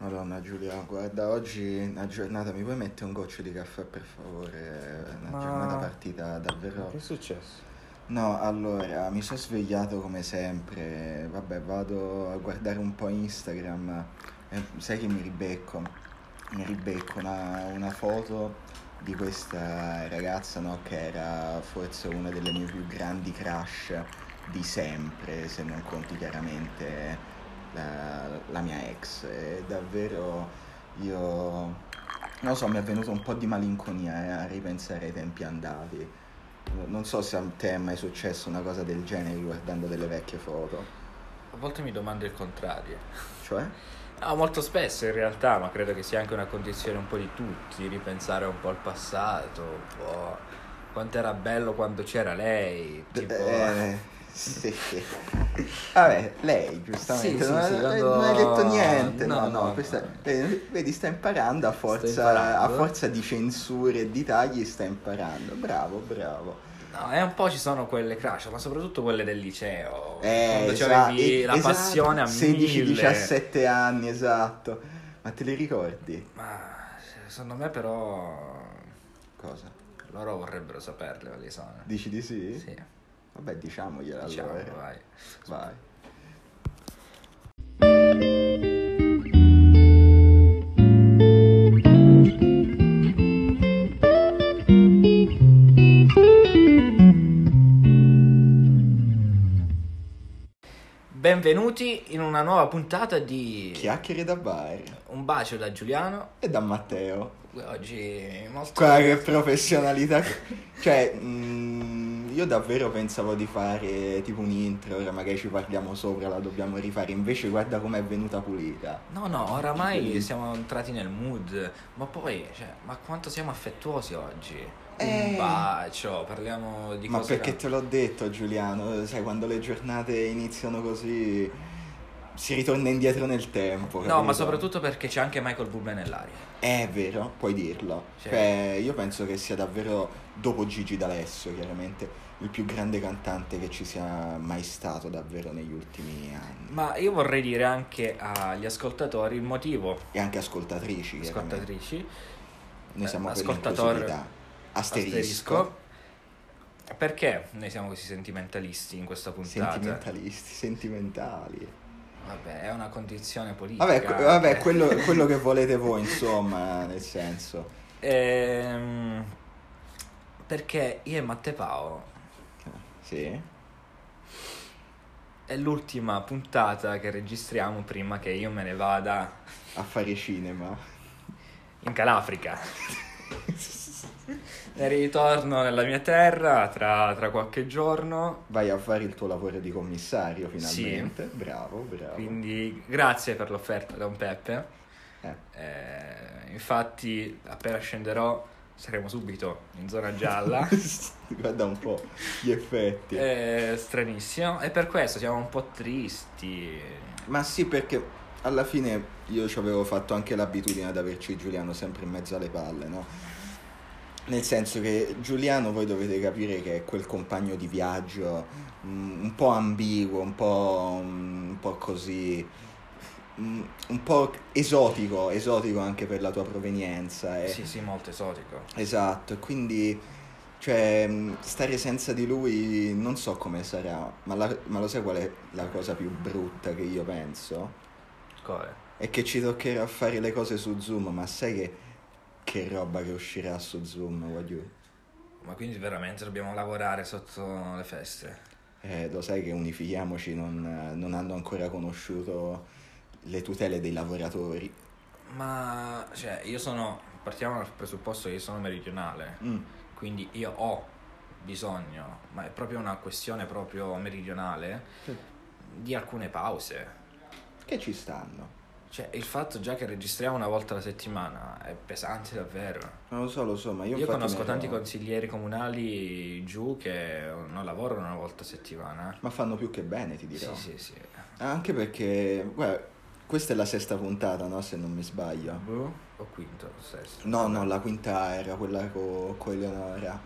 Madonna Giulia, guarda, oggi è una giornata, mi puoi mettere un goccio di caffè per favore? È una giornata partita davvero... Che è successo? No, allora, mi sono svegliato come sempre, vabbè, vado a guardare un po' Instagram e sai che mi ribecco? Mi ribecco una foto di questa ragazza, no, che era forse una delle mie più grandi crush di sempre, se non conti chiaramente la mia ex. E davvero io, non lo so, mi è venuto un po' di malinconia a ripensare ai tempi andati. Non so se a te è mai successo una cosa del genere guardando delle vecchie foto. A volte mi domando il contrario. Cioè? No, molto spesso in realtà, ma credo che sia anche una condizione un po' di tutti, ripensare un po' al passato, un po' quanto era bello quando c'era lei, tipo... Sì. Vabbè, lei giustamente Sì, non, sì, non hai detto niente. No. Questa, vedi, sta imparando Sto imparando. a forza di censure e di tagli, sta imparando. Bravo. No, e un po' ci sono quelle crush, ma soprattutto quelle del liceo, quando Esatto, c'avevi la passione a 16-17 anni, esatto. Ma te li ricordi? Ma secondo me però Cosa? loro vorrebbero saperle quali sono. Dici di sì? Sì. Vabbè, diciamogliela Diciamo, allora. Vai. Benvenuti in una nuova puntata di Chiacchiere da bar. Un bacio da Giuliano. E da Matteo. Oggi molto... Guarda che professionalità. Cioè, io davvero pensavo di fare tipo un intro, ora magari ci parliamo sopra, la dobbiamo rifare. Invece guarda com'è venuta pulita. No, oramai siamo entrati nel mood. Ma poi, cioè, ma quanto siamo affettuosi oggi. Un bacio, parliamo di Ma cose... perché te l'ho detto, Giuliano, sai, quando le giornate iniziano così si ritorna indietro nel tempo, No, capito? ma soprattutto perché c'è anche Michael Bublé nell'aria. È vero, puoi dirlo. Cioè, io penso che sia davvero, dopo Gigi D'Alessio, chiaramente, il più grande cantante che ci sia mai stato davvero negli ultimi anni. Ma io vorrei dire anche agli ascoltatori il motivo. E anche ascoltatrici, chiaramente. Ascoltatrici. Noi siamo per Ascoltator l'inclusività. Asterisco. Perché noi siamo così sentimentalisti in questa puntata? Sentimentalisti, sentimentali. Vabbè, è una condizione politica. Vabbè, quello che volete voi, insomma, nel senso. Perché io e Matte Pao Sì. è l'ultima puntata che registriamo prima che io me ne vada A fare cinema. in Calafrica. Ne ritorno nella mia terra tra qualche giorno. Vai a fare il tuo lavoro di commissario finalmente. Sì. Bravo. Quindi grazie per l'offerta, Don Peppe. Infatti appena scenderò saremo subito in zona gialla. Guarda un po' gli effetti. Stranissimo. E per questo siamo un po' tristi. Ma sì, perché alla fine io ci avevo fatto anche l'abitudine ad averci Giuliano sempre in mezzo alle palle, no? Nel senso che Giuliano, voi dovete capire che è quel compagno di viaggio un po' ambiguo, un po' così, un po' esotico anche per la tua provenienza. Sì, molto esotico. Esatto, quindi cioè stare senza di lui non so come sarà, ma lo sai qual è la cosa più brutta che io penso? Quale? È che ci toccherà fare le cose su Zoom, ma sai che roba che uscirà su Zoom, voglio. Ma quindi veramente dobbiamo lavorare sotto le feste? Lo sai che Unifichiamoci non hanno ancora conosciuto le tutele dei lavoratori. Ma, cioè, partiamo dal presupposto che io sono meridionale, quindi io ho bisogno, ma è proprio una questione proprio meridionale, di alcune pause. Che ci stanno. Cioè, il fatto già che registriamo una volta alla settimana è pesante davvero. Non lo so, ma io conosco tanti consiglieri comunali giù che non lavorano una volta a settimana. Ma fanno più che bene, ti dirò. Sì. Anche perché, guarda, questa è la sesta puntata, no? Se non mi sbaglio. O quinto, sesto. No, la quinta era quella con Eleonora.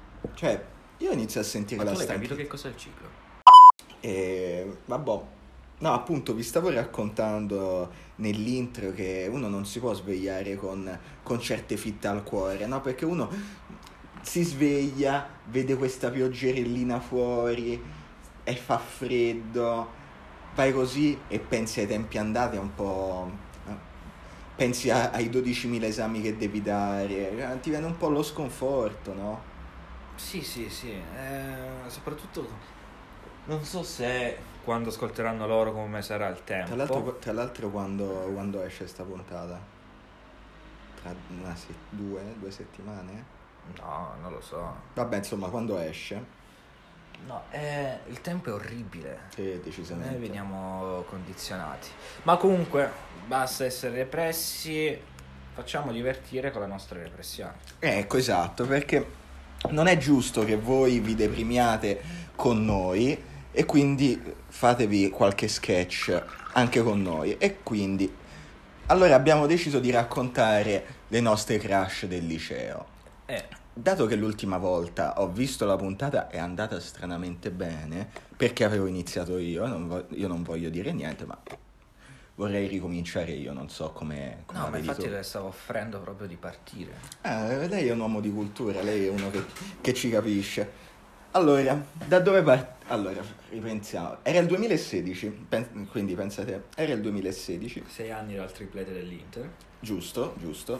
Cioè, io inizio a sentire ma la tu hai stanchezza. capito che cos'è il ciclo? Vabbè, No, appunto, vi stavo raccontando nell'intro che uno non si può svegliare con certe fitte al cuore, no? Perché uno si sveglia, vede questa pioggerellina fuori e fa freddo, vai così e pensi ai tempi andati un po'. Pensi ai 12.000 esami che devi dare, ti viene un po' lo sconforto, no? Sì, sì, sì, soprattutto non so se quando ascolteranno loro come sarà il tempo. Tra l'altro quando esce sta puntata? Tra due settimane? No, non lo so. Vabbè, insomma, quando esce? No, il tempo è orribile. Sì, decisamente. Noi veniamo condizionati. Ma comunque, basta essere repressi, facciamo divertire con la nostra repressione. Ecco, esatto, perché non è giusto che voi vi deprimiate con noi e quindi fatevi qualche sketch anche con noi. E quindi, allora abbiamo deciso di raccontare le nostre crush del liceo. Dato che l'ultima volta ho visto la puntata è andata stranamente bene, perché avevo iniziato io non voglio dire niente, ma vorrei ricominciare io, non so come No, la ma vedi infatti tu. le stavo offrendo proprio di partire. Lei è un uomo di cultura, lei è uno che ci capisce. Allora, da dove Allora, ripensiamo. Era il 2016, quindi pensate, era il 2016. 6 anni dal triplete dell'Inter. Giusto.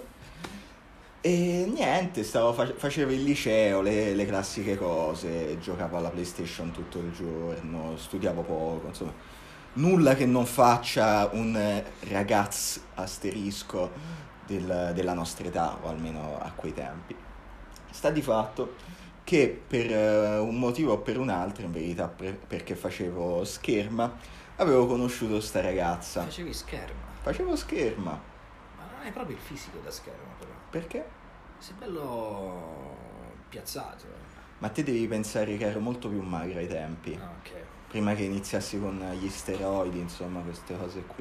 E niente, facevo il liceo, le classiche cose, giocavo alla PlayStation tutto il giorno, studiavo poco, insomma, nulla che non faccia un ragazzo asterisco della nostra età, o almeno a quei tempi. Sta di fatto che per un motivo o per un altro, in verità perché facevo scherma, avevo conosciuto sta ragazza. Facevi scherma. Facevo scherma. Ma non hai proprio il fisico da scherma, però. Perché? Sei bello piazzato. Ma te devi pensare che ero molto più magro ai tempi. Ah, ok. Prima che iniziassi con gli steroidi, insomma, queste cose qui.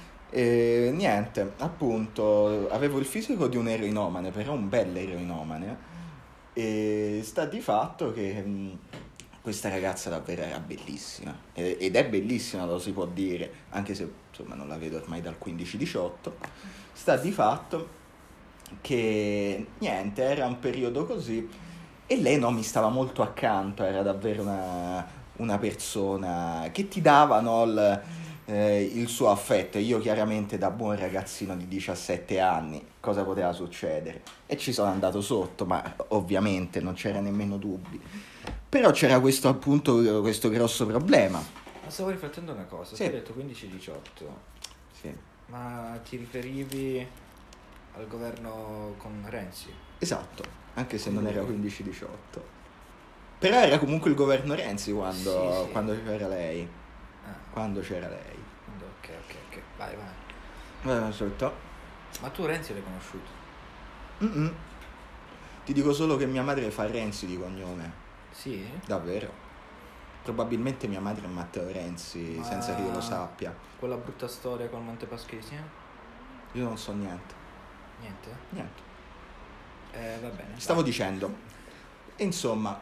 E niente, appunto, avevo il fisico di un eroinomane, però un bel eroinomane. E sta di fatto che questa ragazza davvero era bellissima. Ed è bellissima, lo si può dire, anche se insomma non la vedo ormai dal 15-18. Sta di fatto che niente, era un periodo così e lei no, mi stava molto accanto, era davvero una persona che ti dava no, il suo affetto. E io chiaramente da buon ragazzino di 17 anni cosa poteva succedere? E ci sono andato sotto, ma ovviamente non c'era nemmeno dubbi. Però c'era questo appunto, questo grosso problema. Ma stavo riflettendo una cosa, Sì. tu hai detto 15-18, Sì. ma ti riferivi al governo con Renzi? Esatto, anche se non era 15-18. Però era comunque il governo Renzi quando, Sì. quando c'era lei. Ah, Quando c'era lei. ok, vai. Aspetta. Ma tu Renzi l'hai conosciuto? Mm-mm. Ti dico solo che mia madre fa Renzi di cognome. Sì? Davvero. Probabilmente mia madre è Matteo Renzi, senza che io lo sappia. Quella brutta storia con Montepaschi, Io non so niente. Niente? Va bene. Stavo dicendo. Insomma,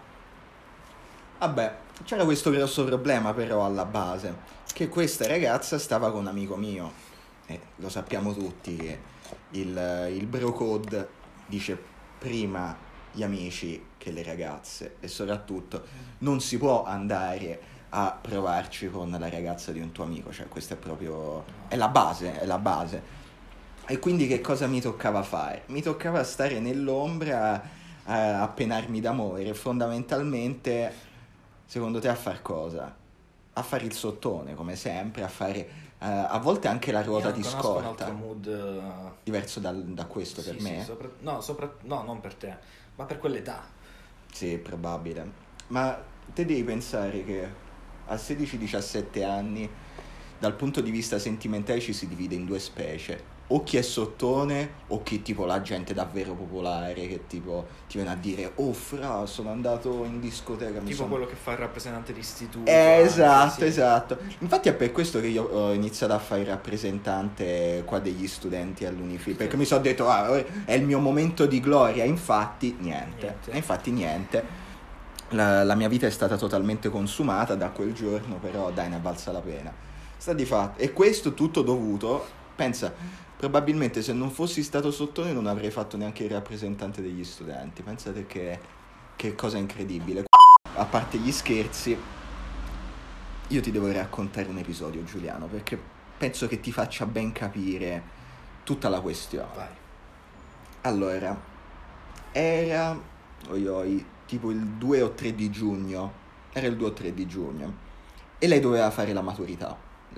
vabbè, c'era questo grosso problema però alla base, che questa ragazza stava con un amico mio. Lo sappiamo tutti che il bro code dice prima gli amici che le ragazze e soprattutto non si può andare a provarci con la ragazza di un tuo amico, cioè questa è proprio è la base. E quindi che cosa mi toccava fare? Mi toccava stare nell'ombra a penarmi d'amore, fondamentalmente, secondo te a far cosa? A fare il sottone, come sempre, a fare a volte anche la ruota di scorta. Un altro mood Diverso da questo per me? Sì, no, non per te, ma per quell'età. Sì, probabile. Ma te devi pensare che a 16-17 anni, dal punto di vista sentimentale, ci si divide in due specie. O chi è sottone o chi tipo la gente davvero popolare che tipo ti viene a dire oh fra sono andato in discoteca Tipo quello che fa il rappresentante d'istituto. esatto, sì. esatto. Infatti è per questo che io ho iniziato a fare il rappresentante qua degli studenti all'Unifil, perché mi sono detto è il mio momento di gloria. Infatti niente. La mia vita è stata totalmente consumata da quel giorno, però dai, ne è valsa la pena. Sta di fatto. E questo tutto dovuto, pensa, probabilmente se non fossi stato Sottone non avrei fatto neanche il rappresentante degli studenti. Pensate che cosa incredibile. A parte gli scherzi, io ti devo raccontare un episodio, Giuliano, perché penso che ti faccia ben capire tutta la questione. Vai. Allora, era tipo il 2 o 3 di giugno, era il 2 o 3 di giugno, e lei doveva fare la maturità. E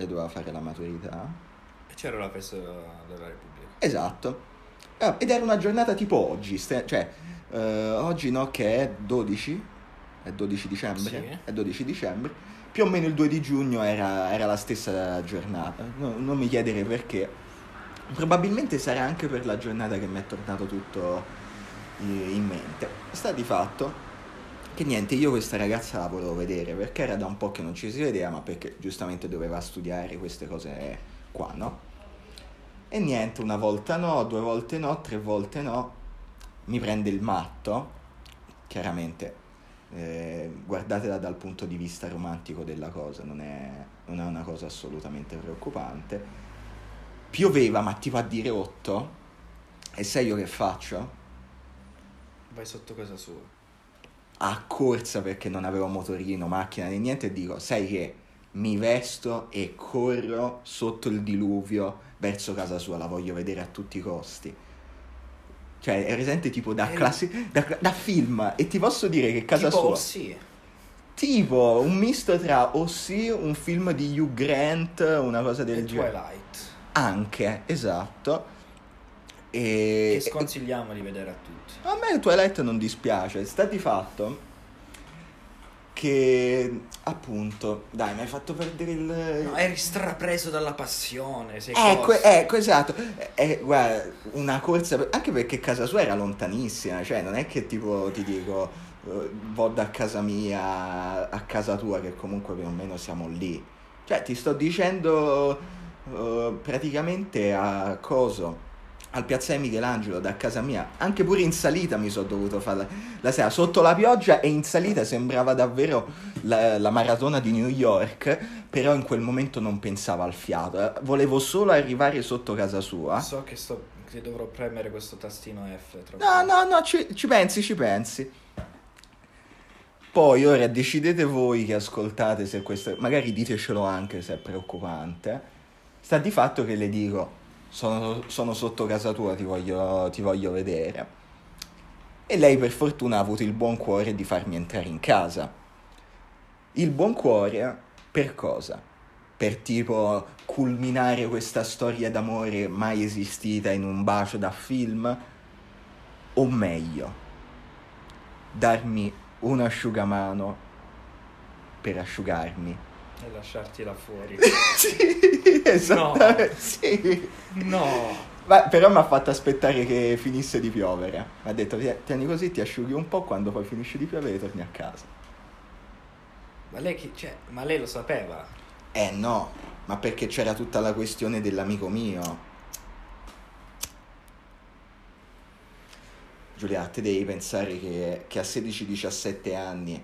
c'era la festa della Repubblica. Esatto. Ed era una giornata tipo oggi, oggi no, che è 12? È 12 dicembre? Sì. È 12 dicembre. Più o meno il 2 di giugno era la stessa giornata. Non mi chiedere perché. Probabilmente sarà anche per la giornata che mi è tornato tutto in mente. Sta di fatto che niente, io questa ragazza la volevo vedere perché era da un po' che non ci si vedeva, ma perché giustamente doveva studiare queste cose qua, no? E niente, una volta no, 2 volte no, 3 volte no, mi prende il matto, chiaramente, guardatela dal punto di vista romantico della cosa, non è una cosa assolutamente preoccupante. Pioveva, ma tipo a dire 8, e sai io che faccio? Vai sotto casa sua. A corsa, perché non avevo motorino, macchina né niente, e dico, sai che mi vesto e corro sotto il diluvio verso casa sua, la voglio vedere a tutti i costi. Cioè è presente tipo da film, e ti posso dire che casa tipo sua sì. tipo un misto tra un film di Hugh Grant, una cosa del genere, Twilight, anche, esatto. E che sconsigliamo di vedere a tutti. A me il Twilight non dispiace, sta di fatto che appunto, dai, mi hai fatto perdere il... No, eri strapreso dalla passione, Ecco, esatto. Guarda, una corsa, anche perché casa sua era lontanissima, cioè non è che tipo ti dico vado da casa mia a casa tua, che comunque più o meno siamo lì. Cioè ti sto dicendo praticamente a coso, al Piazza di Michelangelo, da casa mia, anche pure in salita mi sono dovuto fare la sera sotto la pioggia, e in salita sembrava davvero la maratona di New York, però in quel momento non pensavo al fiato, volevo solo arrivare sotto casa sua. So che dovrò premere questo tastino F. No, ci pensi. Poi ora decidete voi che ascoltate se questo, magari ditecelo anche se è preoccupante. Sta di fatto che le dico, sono sotto casa tua, ti voglio vedere. E lei per fortuna ha avuto il buon cuore di farmi entrare in casa. Il buon cuore per cosa? Per tipo culminare questa storia d'amore mai esistita in un bacio da film? O meglio, darmi un asciugamano per asciugarmi. E lasciarti là fuori. Sì, esattamente, No. sì. No. Però mi ha fatto aspettare che finisse di piovere. Mi ha detto, tieni così, ti asciughi un po', quando poi finisce di piovere torni a casa. Ma lei lo sapeva? No, ma perché c'era tutta la questione dell'amico mio. Giulia, te devi pensare che a 16-17 anni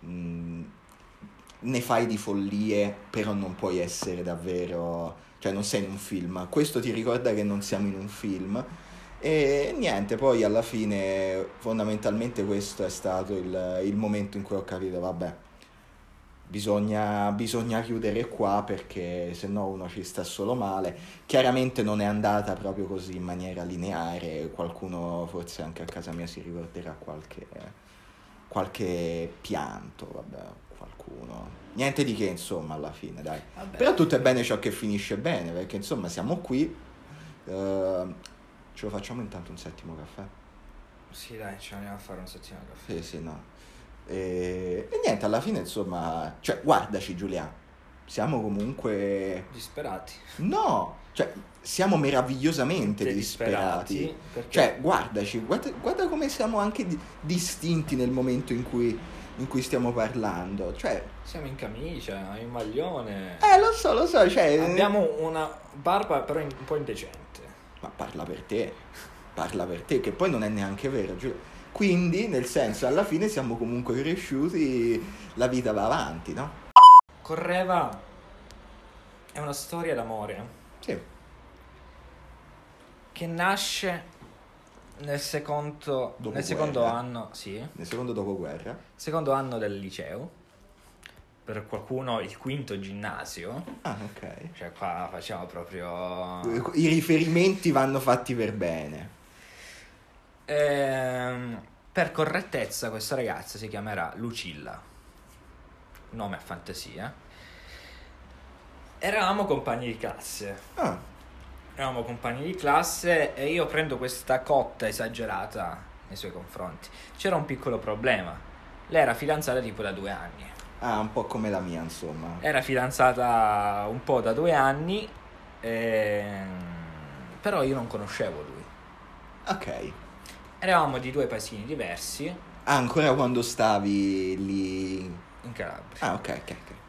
ne fai di follie, però non puoi essere davvero... Cioè non sei in un film. Questo ti ricorda che non siamo in un film. E niente, poi alla fine fondamentalmente questo è stato il momento in cui ho capito, vabbè, bisogna chiudere qua, perché se no uno ci sta solo male. Chiaramente non è andata proprio così in maniera lineare, qualcuno forse anche a casa mia si ricorderà qualche pianto, vabbè, qualcuno. Niente di che, insomma, alla fine, dai. Vabbè. Però tutto è bene ciò che finisce bene, perché insomma siamo qui. Ce lo facciamo intanto un settimo caffè? Sì, dai, ci andiamo a fare un settimo caffè. Sì, no. E niente, alla fine, insomma, cioè, guardaci, Giulia, siamo comunque... Disperati. No, cioè, siamo meravigliosamente disperati. Perché? Cioè, guardaci, guarda come siamo anche distinti nel momento in cui stiamo parlando. Cioè, siamo in camicia, in maglione. Lo so, cioè... Abbiamo una barba però un po' indecente. Ma parla per te, che poi non è neanche vero, Giulia. Quindi, nel senso, alla fine siamo comunque cresciuti, la vita va avanti, no? Correva è una storia d'amore. Sì. Che nasce nel secondo anno, sì. Nel secondo dopoguerra. Secondo anno del liceo. Per qualcuno il quinto ginnasio. Ah, ok. Cioè qua facciamo proprio... I riferimenti vanno fatti per bene. Per correttezza questa ragazza si chiamerà Lucilla. Nome a fantasia. Eravamo compagni di classe. Eravamo compagni di classe e io prendo questa cotta esagerata nei suoi confronti. C'era un piccolo problema. Lei era fidanzata tipo da 2 anni. Ah, un po' come la mia, insomma. Era fidanzata un po' da 2 anni, però io non conoscevo lui. Ok. Eravamo di 2 paesini diversi. Ah, ancora quando stavi lì... In Calabria. Ah, ok.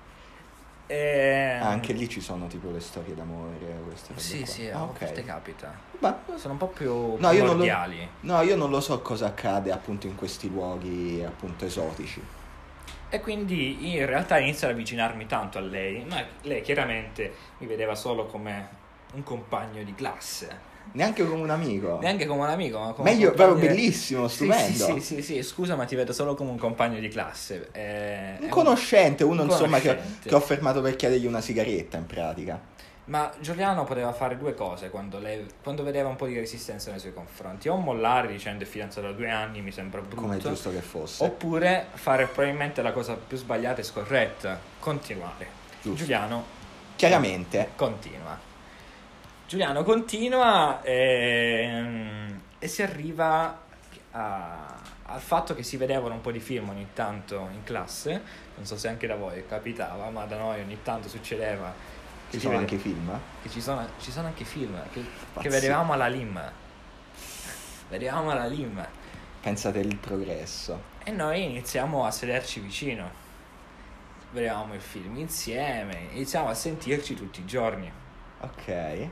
Anche lì ci sono tipo le storie d'amore, queste robe sì, qua. sì, a volte capita. Sono un po' più io primordiali. io non lo so cosa accade appunto in questi luoghi appunto esotici. E quindi in realtà inizio ad avvicinarmi tanto a lei, ma lei chiaramente mi vedeva solo come un compagno di classe. Neanche come un amico. Ma come meglio, un proprio bellissimo, stupendo. Sì, scusa, ma ti vedo solo come un compagno di classe. Un conoscente, insomma che ho fermato per chiedergli una sigaretta in pratica. Ma Giuliano poteva fare 2 cose quando vedeva un po' di resistenza nei suoi confronti: o mollare dicendo è fidanzato da 2 anni, mi sembra brutto, come è giusto che fosse, oppure fare probabilmente la cosa più sbagliata e scorretta, continuare. Giusto. Giuliano chiaramente Giuliano continua e si arriva al fatto che si vedevano un po' di film ogni tanto in classe. Non so se anche da voi capitava, ma da noi ogni tanto succedeva. Ci sono anche film? Che ci sono anche film che vedevamo alla LIM. Pensate il progresso. E noi iniziamo a sederci vicino. Vedevamo il film insieme, iniziamo a sentirci tutti i giorni. Ok.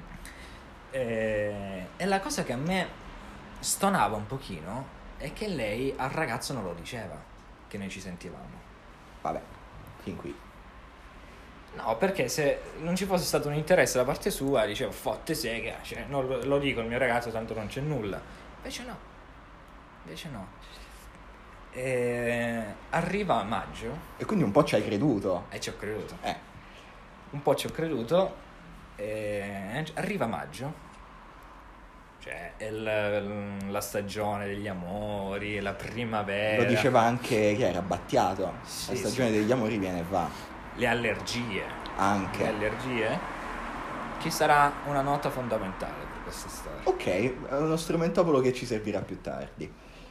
E la cosa che a me stonava un pochino è che lei al ragazzo non lo diceva che noi ci sentivamo. Vabbè, fin qui. No, perché se non ci fosse stato un interesse da parte sua, dicevo fotte sega, cioè, non lo dico al mio ragazzo, tanto non c'è nulla. Invece no. Arriva maggio. E quindi un po' ci hai creduto. E ci ho creduto. Un po' ci ho creduto. Arriva maggio. Cioè è la stagione degli amori, la primavera. Lo diceva anche che era Battiato. Sì, la stagione degli amori viene e va. Le allergie. Anche. Le allergie. Ci sarà una nota fondamentale per questa storia. Ok, è uno strumentopolo che ci servirà più tardi.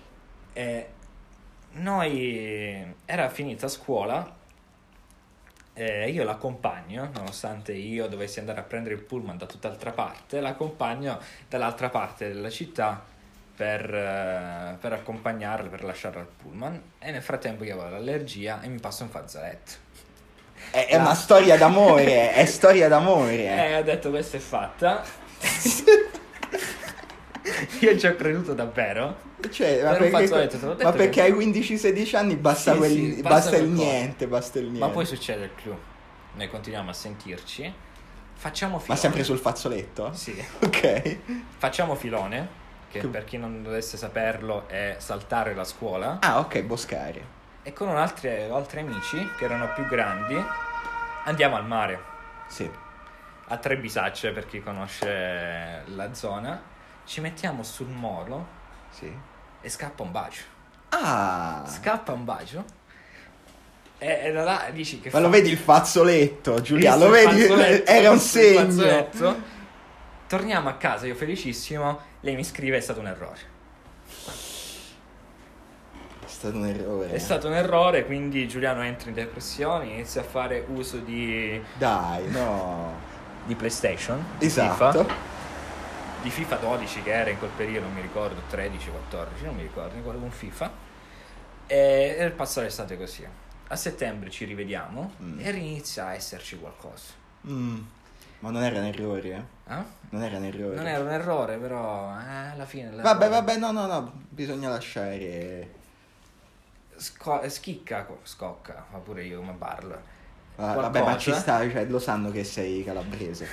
Noi era finita scuola. Io l'accompagno, nonostante io dovessi andare a prendere il pullman da tutt'altra parte, l'accompagno dall'altra parte della città per accompagnarla, per lasciarla al pullman. E nel frattempo io avevo l'allergia e mi passo un fazzoletto. È una storia d'amore, è storia d'amore. Ho detto questa è fatta. Io ci ho creduto davvero. Cioè, ma perché hai 15-16 anni basta il niente. Ma poi succede il clou. Noi continuiamo a sentirci. Facciamo filone. Ma sempre sul fazzoletto? Sì. Ok. Facciamo filone, che per chi non dovesse saperlo è saltare la scuola. Ah, ok, boscare. E con altri amici che erano più grandi andiamo al mare. Sì. A Trebisacce, per chi conosce la zona. Ci mettiamo sul molo. Sì. E scappa un bacio. Scappa un bacio. E da là dici che ma lo vedi il fazzoletto, Giulia? Lo vedi? Era un segno. Torniamo a casa, io felicissimo. Lei mi scrive: è stato un errore. È stato un errore, quindi Giuliano entra in depressione, inizia a fare uso di... Dai, no. Di PlayStation. Esatto. Di FIFA 12 che era in quel periodo, non mi ricordo, 13, 14, non mi ricordo un FIFA. E il passato è stato così. A settembre ci rivediamo e inizia a esserci qualcosa. Ma non era un errore, Non era un errore. Non era un errore, però alla fine... Vabbè, no, bisogna lasciare... Scocca, ma pure io come parlo. Vabbè, ma ci sta, cioè, lo sanno che sei calabrese.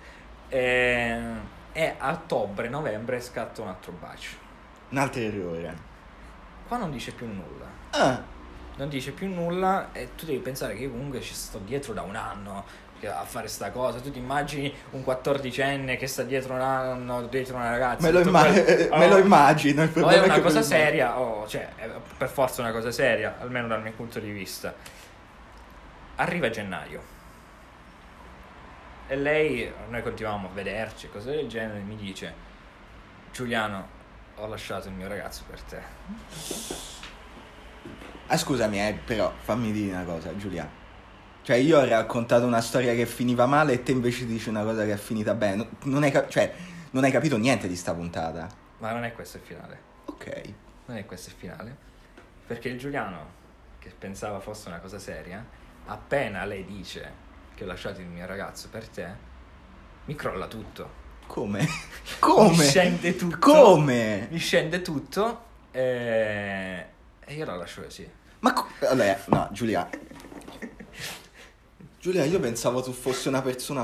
E a ottobre-novembre scatta un altro bacio. Un altro errore. Qua non dice più nulla. Ah. Non dice più nulla e tu devi pensare che io comunque ci sto dietro da un anno a fare sta cosa. Tu ti immagini un 14enne che sta dietro un anno, dietro una ragazza? Me lo immagino. Il è una cosa seria, cioè è per forza una cosa seria, almeno dal mio punto di vista. Arriva gennaio e noi continuiamo a vederci, cose del genere, mi dice: Giuliano, ho lasciato il mio ragazzo per te. Scusami, però fammi dire una cosa, Giulia. Cioè, io ho raccontato una storia che finiva male e te invece dici una cosa che è finita bene. Non hai capito niente di sta puntata. Ma non è questo il finale. Ok. Non è questo il finale. Perché il Giuliano, che pensava fosse una cosa seria, appena lei dice che ho lasciato il mio ragazzo per te, mi crolla tutto. Come? Mi scende tutto. Come? Mi scende tutto e io la lascio così. Allora, no, Giulia, io pensavo tu fossi una persona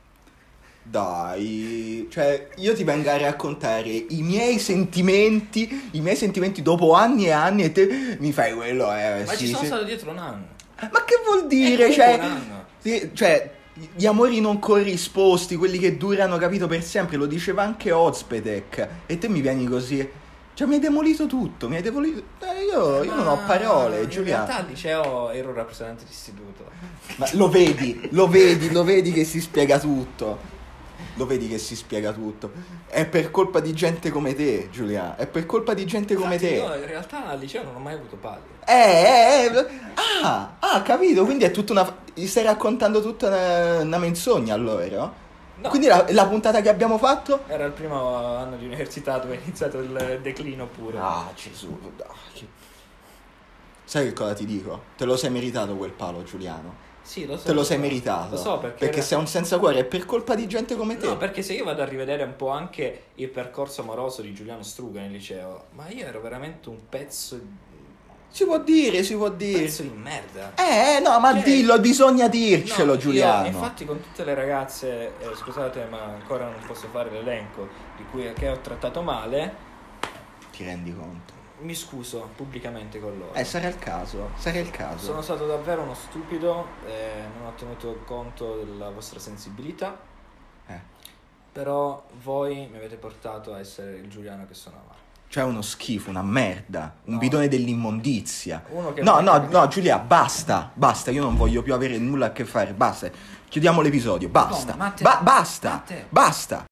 Dai, cioè, io ti vengo a raccontare i miei sentimenti dopo anni e anni e te mi fai quello, Ma ci sono stato dietro un anno. Ma che vuol dire? Cioè, gli amori non corrisposti, quelli che durano, capito, per sempre, lo diceva anche Ozpetek, e te mi vieni così. Cioè, mi hai demolito tutto, io non ho parole, Giulia. In realtà al liceo ero un rappresentante d'istituto. Ma lo vedi che si spiega tutto. È per colpa di gente come te, Giulia. È per colpa di gente come te. Io in realtà al liceo non ho mai avuto palle. Capito, quindi è tutta gli stai raccontando tutta una menzogna allora? No. Quindi la puntata che abbiamo fatto? Era il primo anno di università dove è iniziato il declino pure. Gesù, dai. Sai che cosa ti dico? Te lo sei meritato quel palo, Giuliano. Sì, lo so. Te lo sei meritato. Lo so perché sei un senza cuore, è per colpa di gente come te. No, perché se io vado a rivedere un po' anche il percorso amoroso di Giuliano Struga nel liceo, ma io ero veramente un pezzo. Si può dire. Un pezzo di merda. No, ma dillo, bisogna dircelo, Giuliano. Infatti con tutte le ragazze, scusate, ma ancora non posso fare l'elenco che ho trattato male. Ti rendi conto? Mi scuso pubblicamente con loro. Sarà il caso. Sono stato davvero uno stupido, non ho tenuto conto della vostra sensibilità. Però voi mi avete portato a essere il Giuliano che sono amaro. Cioè uno schifo, una merda, un bidone dell'immondizia. No, Giulia, basta, io non voglio più avere nulla a che fare, basta. Chiudiamo l'episodio, basta. No, Matte, basta.